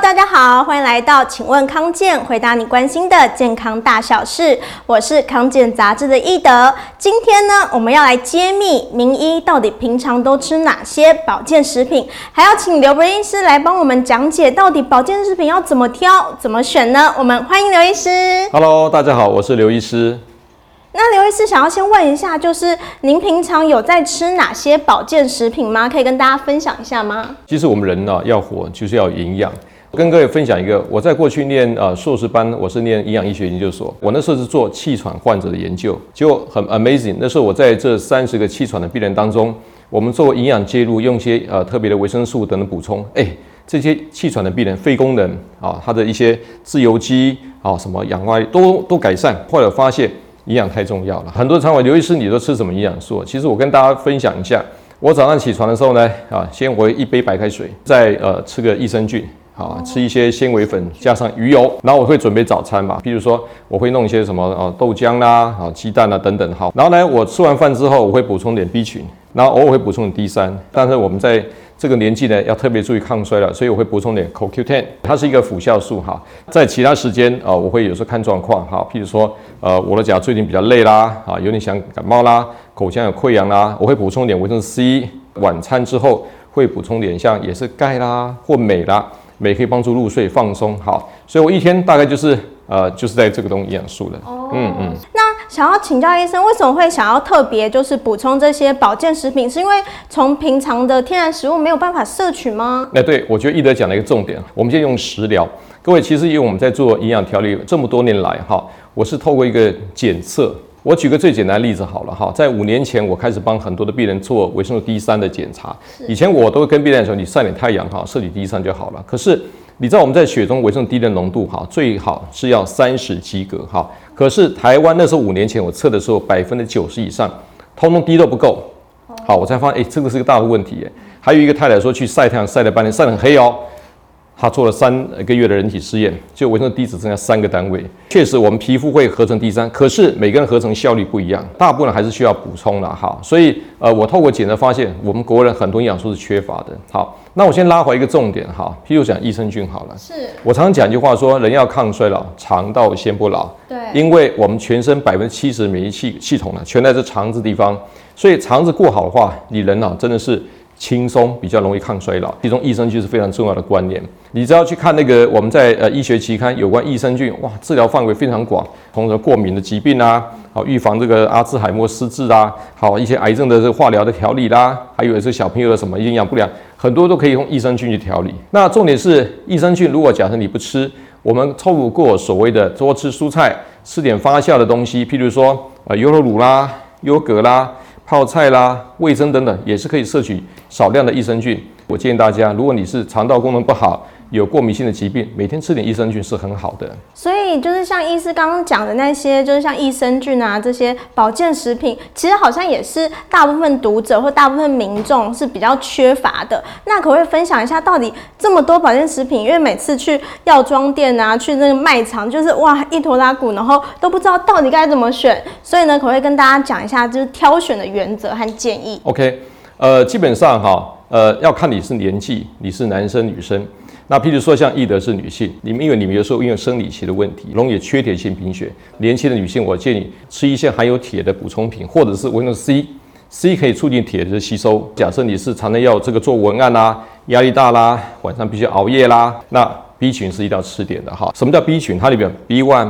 大家好，欢迎来到请问康健，回答你关心的健康大小事。我是康健杂志的易德。今天呢，我们要来揭秘名医到底平常都吃哪些保健食品，还要请刘博医师来帮我们讲解到底保健食品要怎么挑、怎么选呢？我们欢迎刘医师。 Hello， 大家好，我是刘医师。 那刘医师想要先问一下，就是您平常有在吃哪些保健食品吗？可以跟大家分享一下吗？ 其实我们人呢、要活就是要有营养。跟各位分享一个，我在过去念硕士班，我是念营养医学研究所，我那时候是做气喘患者的研究，结果很 amazing。那时候我在这30个气喘的病人当中，我们做营养介入，用一些特别的维生素等等补充，这些气喘的病人肺功能他的一些自由基什么氧化都改善。后来我发现营养太重要了，很多人常问刘医师你都吃什么营养素？其实我跟大家分享一下，我早上起床的时候呢，先我一杯白开水，再吃个益生菌。吃一些纤维粉加上鱼油，然后我会准备早餐嘛，比如说我会弄一些什么豆浆啦、鸡蛋啊等等。好，然后呢，我吃完饭之后我会补充点 B 群，然后偶尔会补充点 D3。但是我们在这个年纪呢，要特别注意抗衰老，所以我会补充点 CoQ10， 它是一个辅效素哈。在其他时间我会有时候看状况哈，譬如说我的脚最近比较累啦，有点想感冒啦，口腔有溃疡啦，我会补充点维生素 C。晚餐之后会补充点像也是钙啦或镁啦。镁可以帮助入睡放松，好，所以我一天大概就是在这个东西营养素的。 那想要请教医生，为什么会想要特别就是补充这些保健食品？是因为从平常的天然食物没有办法摄取吗？ 对，我觉得易德讲了一个重点，我们现在用食疗。各位，其实因为我们在做营养调理这么多年来，我是透过一个检测。我举个最简单的例子好了哈，在5年前我开始帮很多的病人做维生素 D3 的检查。以前我都会跟病人说，你晒点太阳摄取 D3 就好了。可是你知道我们在血中维生素 D 的浓度最好是要30及格可是台湾那时候5年前我测的时候90%以上，通通 D 都不够。好，我才发现这个是个大的问题。还有一个太太说去晒太阳晒了半天，晒得很黑他做了3个月的人体试验，就维生素 D 只剩下3个单位。确实，我们皮肤会合成 D3，可是每个人合成效率不一样，大部分还是需要补充的所以我透过检测发现，我们国人很多营养素是缺乏的。好，那我先拉回一个重点譬如讲益生菌好了。是。我常常讲一句话说，人要抗衰老，肠道先不老。 对。因为我们全身70%免疫系统呢，全在这肠子地方，所以肠子过好的话，你人真的是轻松，比较容易抗衰老。其中益生菌是非常重要的观念。你只要去看那个我们在医学期刊有关益生菌，治疗范围非常广，从过敏的疾病啦，预防这个阿兹海默失智啦，一些癌症的这个化疗的调理啦，还有是小朋友的什么营养不良，很多都可以用益生菌去调理。那重点是益生菌，如果假设你不吃，我们透过所谓的多吃蔬菜，吃点发酵的东西，譬如说优酪乳啦、优格啦、泡菜啦、味噌等等，也是可以摄取少量的益生菌。我建议大家，如果你是肠道功能不好，有过敏性的疾病，每天吃点益生菌是很好的。所以就是像医师刚刚讲的那些，就是像益生菌啊这些保健食品，其实好像也是大部分读者或大部分民众是比较缺乏的。那可不可以分享一下，到底这么多保健食品，因为每次去药妆店啊，去那个卖场，就是一坨拉骨，然后都不知道到底该怎么选。所以呢，可不可以跟大家讲一下，就是挑选的原则和建议 ？OK， 基本上要看你是年纪，你是男生女生。那譬如说像易德是女性，因为你们有时候因为生理期的问题，容易缺铁性贫血。年轻的女性，我建议吃一些含有铁的补充品，或者是维生素 C 可以促进铁的吸收。假设你是常常要做文案啦，压力大啦，晚上必须熬夜啦，那 B 群是一定要吃点的什么叫 B 群？它里面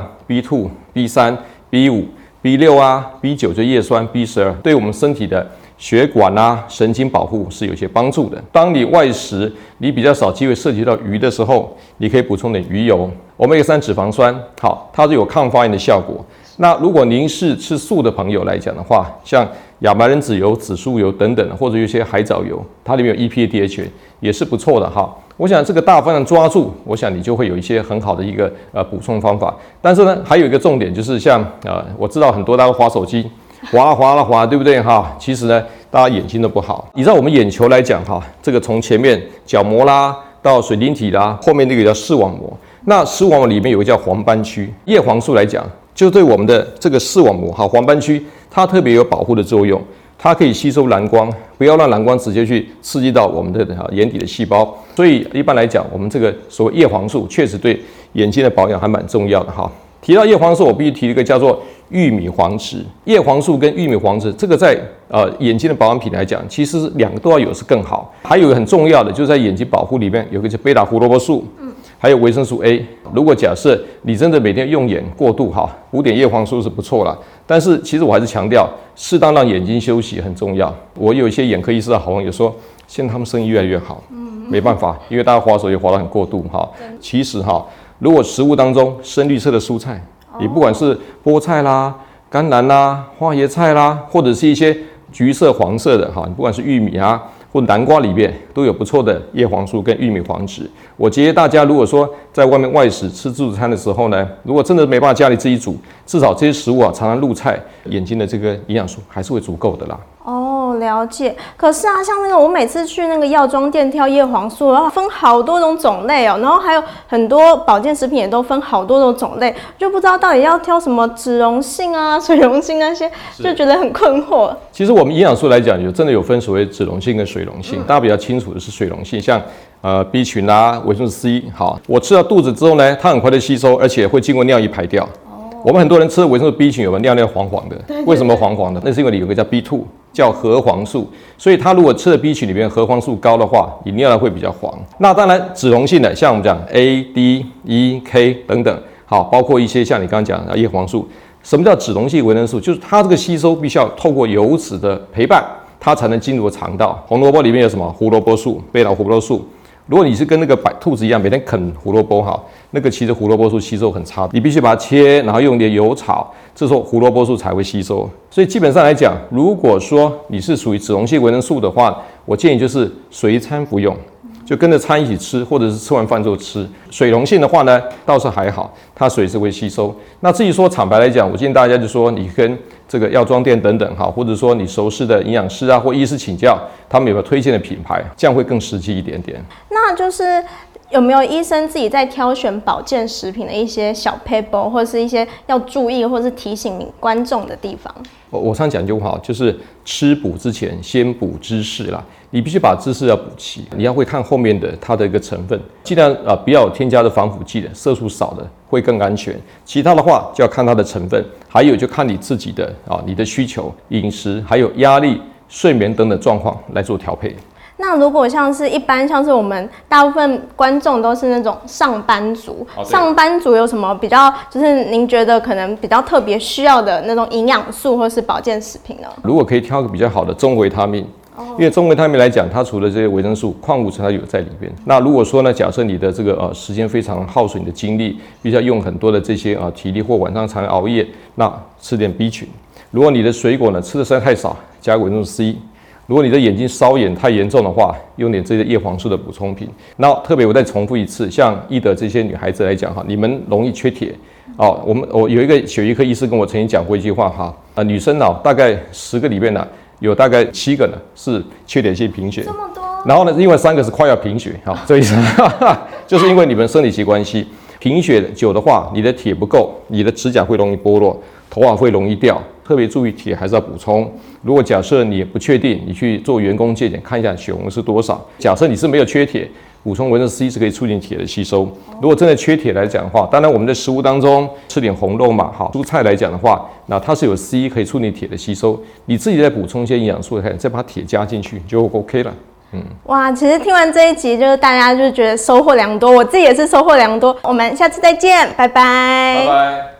B1、B2、B3、B5、B6、B9就叶酸 ，B12 对我们身体的血管神经保护是有些帮助的。当你外食，你比较少机会涉及到鱼的时候，你可以补充点鱼油，Omega-3脂肪酸，它是有抗发炎的效果。那如果您是吃素的朋友来讲的话，像亚麻仁籽油、紫苏油等等，或者有些海藻油，它里面有 EPA、DHA， 也是不错的我想这个大方向抓住，我想你就会有一些很好的一个补充方法。但是呢，还有一个重点就是像我知道很多大家滑手机。滑，对不对其实呢，大家眼睛都不好。你知道我们眼球来讲这个从前面角膜啦到水晶体啦，后面那个叫视网膜。那视网膜里面有个叫黄斑区，叶黄素来讲，就对我们的这个视网膜黄斑区，它特别有保护的作用。 它可以吸收蓝光，不要让蓝光直接去刺激到我们的眼底的细胞。所以一般来讲，我们这个所谓叶黄素确实对眼睛的保养还蛮重要的哈。提到叶黄素，我必须提一个叫做玉米黄质。叶黄素跟玉米黄质，这个在眼睛的保养品来讲，其实两个都要有是更好。还有一个很重要的，就是在眼睛保护里面有一个叫贝塔胡萝卜素，还有维生素 A。如果假设你真的每天用眼过度哈，补点叶黄素是不错啦。但是其实我还是强调，适当让眼睛休息很重要。我有一些眼科医师的好朋友说，现在他们生意越来越好，没办法，因为大家滑手也滑得很过度哈。其实哈，如果食物当中深绿色的蔬菜，你不管是菠菜啦、甘蓝啦、花椰菜啦，或者是一些橘色、黄色的哈，不管是玉米啊或南瓜里面都有不错的叶黄素跟玉米黄质。我建议大家，如果说在外面外食吃自助餐的时候呢，如果真的没办法家里自己煮，至少这些食物啊，常常入菜，眼睛的这个营养素还是会足够的啦。 哦，了解。可是啊，像那个我每次去那个药妆店挑叶黄素，然后分好多种种类哦，然后还有很多保健食品也都分好多种种类，就不知道到底要挑什么脂溶性啊、水溶性那些，就觉得很困惑。其实我们营养素来讲，真的有分所谓脂溶性跟水溶性，大家比较清楚的是水溶性，像B 群啊、维生素 C， 好，我吃到肚子之后呢，它很快的吸收，而且会经过尿液排掉。我们很多人吃的维生素 B 群有没有尿黄黄的？为什么黄黄的？那是因为里有个叫 B2， 叫核黄素，所以它如果吃的 B 群里面核黄素高的话，你尿会比较黄。那当然脂溶性的，像我们讲 A、D、E、K 等等，好，包括一些像你刚刚讲的叶黄素。什么叫脂溶性维生素？就是它这个吸收必须要透过油脂的陪伴，它才能进入肠道。红萝卜里面有什么？胡萝卜素、贝塔胡萝卜素。如果你是跟那个兔子一样每天啃胡萝卜哈，那个其实胡萝卜素吸收很差，你必须把它切，然后用点油炒，这时候胡萝卜素才会吸收。所以基本上来讲，如果说你是属于脂溶性维生素的话，我建议就是随餐服用，就跟着餐一起吃，或者是吃完饭之后吃。水溶性的话呢，倒是还好，它水是会吸收。那至于说坦白来讲，我建议大家就说你跟这个药妆店等等哈，或者说你熟识的营养师啊或医师请教，他们有没有推荐的品牌，这样会更实际一点点。 那就是有没有医生自己在挑选保健食品的一些小 paper， 或者是一些要注意或者是提醒观众的地方？ 我常讲就好，就是吃补之前先补知识啦。你必须把知识要补齐，你要会看后面的它的一个成分，尽量不要有添加的防腐剂的，色素少的会更安全。其他的话就要看它的成分，还有就看你自己的你的需求、饮食，还有压力、睡眠等等状况来做调配。 那如果像是我们大部分观众都是那种上班族，上班族有什么比较就是您觉得可能比较特别需要的那种营养素或是保健食品呢？ 如果可以挑个比较好的中维他命。因为中维他命来讲，它除了这些维生素、矿物质它有在里面。那如果说呢，假设你的这个时间非常耗损你的精力，必须要用很多的这些体力，或晚上常熬夜，那吃点 B 群。如果你的水果呢吃的实在太少，加维生素 C。如果你的眼睛烧眼太严重的话，用点这些叶黄素的补充品。那特别我再重复一次，像医德这些女孩子来讲哈，你们容易缺铁哦。我有一个血液科医师跟我曾经讲过一句话哈，女生大概10个里面呢，有大概7个呢是缺铁性贫血， 这么多。 然后呢，另外3个是快要贫血，好，这意思就是因为你们生理期关系，贫血久的话，你的铁不够，你的指甲会容易剥落，头发会容易掉。特别注意铁还是要补充。如果假设你不确定，你去做员工健检看一下血红是多少。假设你是没有缺铁，补充维生素 C 是可以促进铁的吸收。如果真的缺铁来讲的话，当然我们的食物当中吃点红肉嘛，好，蔬菜来讲的话，那它是有 C 可以促进铁的吸收。你自己再补充一些营养素，再把铁加进去就 OK 了。 哇，其实听完这一集，就是大家就觉得收获良多，我自己也是收获良多。我们下次再见，拜拜。 拜拜。